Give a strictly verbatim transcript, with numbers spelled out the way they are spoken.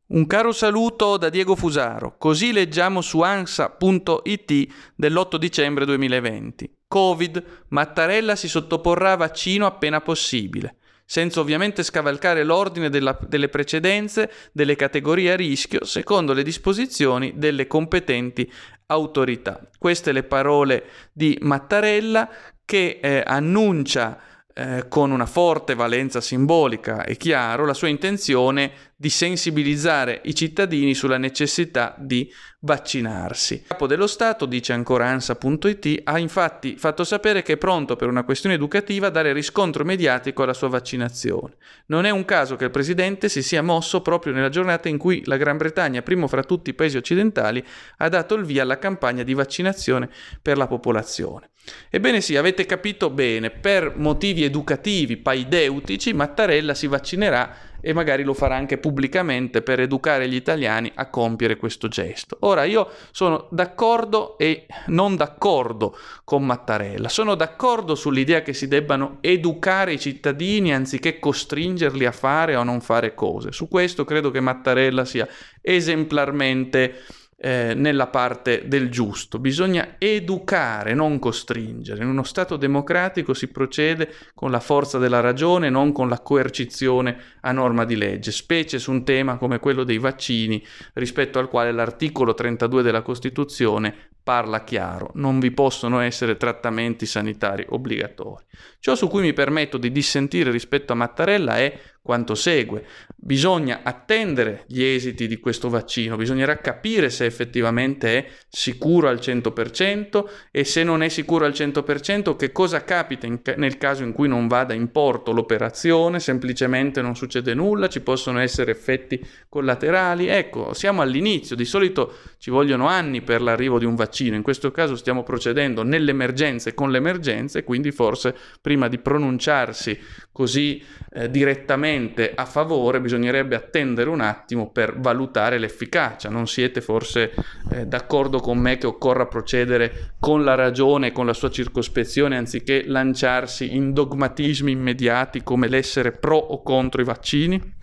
Un caro saluto da Diego Fusaro. Così leggiamo su ansa punto it dell'otto dicembre duemilaventi. Covid, Mattarella si sottoporrà a vaccino appena possibile, senza ovviamente scavalcare l'ordine della, delle precedenze delle categorie a rischio secondo le disposizioni delle competenti autorità. Queste le parole di Mattarella che eh, annuncia eh, con una forte valenza simbolica e chiaro la sua intenzione di sensibilizzare i cittadini sulla necessità di vaccinarsi. Il capo dello Stato, dice ancora ansa punto it, ha infatti fatto sapere che è pronto per una questione educativa a dare riscontro mediatico alla sua vaccinazione. Non è un caso che il presidente si sia mosso proprio nella giornata in cui la Gran Bretagna, primo fra tutti i paesi occidentali, ha dato il via alla campagna di vaccinazione per la popolazione. Ebbene sì, avete capito bene, per motivi educativi, paideutici, Mattarella si vaccinerà e magari lo farà anche pubblicamente per educare gli italiani a compiere questo gesto. Ora, io sono d'accordo e non d'accordo con Mattarella. Sono d'accordo sull'idea che si debbano educare i cittadini anziché costringerli a fare o a non fare cose. Su questo credo che Mattarella sia esemplarmente Eh, nella parte del giusto. Bisogna educare, non costringere. In uno Stato democratico si procede con la forza della ragione, non con la coercizione a norma di legge, specie su un tema come quello dei vaccini, rispetto al quale l'articolo trentadue della Costituzione parla chiaro: non vi possono essere trattamenti sanitari obbligatori. Ciò su cui mi permetto di dissentire rispetto a Mattarella è quanto segue. Bisogna attendere gli esiti di questo vaccino, bisognerà capire se effettivamente è sicuro al cento per cento e se non è sicuro al cento per cento che cosa capita in ca- nel caso in cui non vada in porto l'operazione, semplicemente non succede nulla, ci possono essere effetti collaterali. Ecco, siamo all'inizio, di solito ci vogliono anni per l'arrivo di un vaccino, in questo caso stiamo procedendo nell'emergenza e con l'emergenza e quindi forse prima di pronunciarsi così eh, direttamente a favore bisognerebbe attendere un attimo per valutare l'efficacia. Non siete forse eh, d'accordo con me che occorra procedere con la ragione e con la sua circospezione anziché lanciarsi in dogmatismi immediati come l'essere pro o contro i vaccini?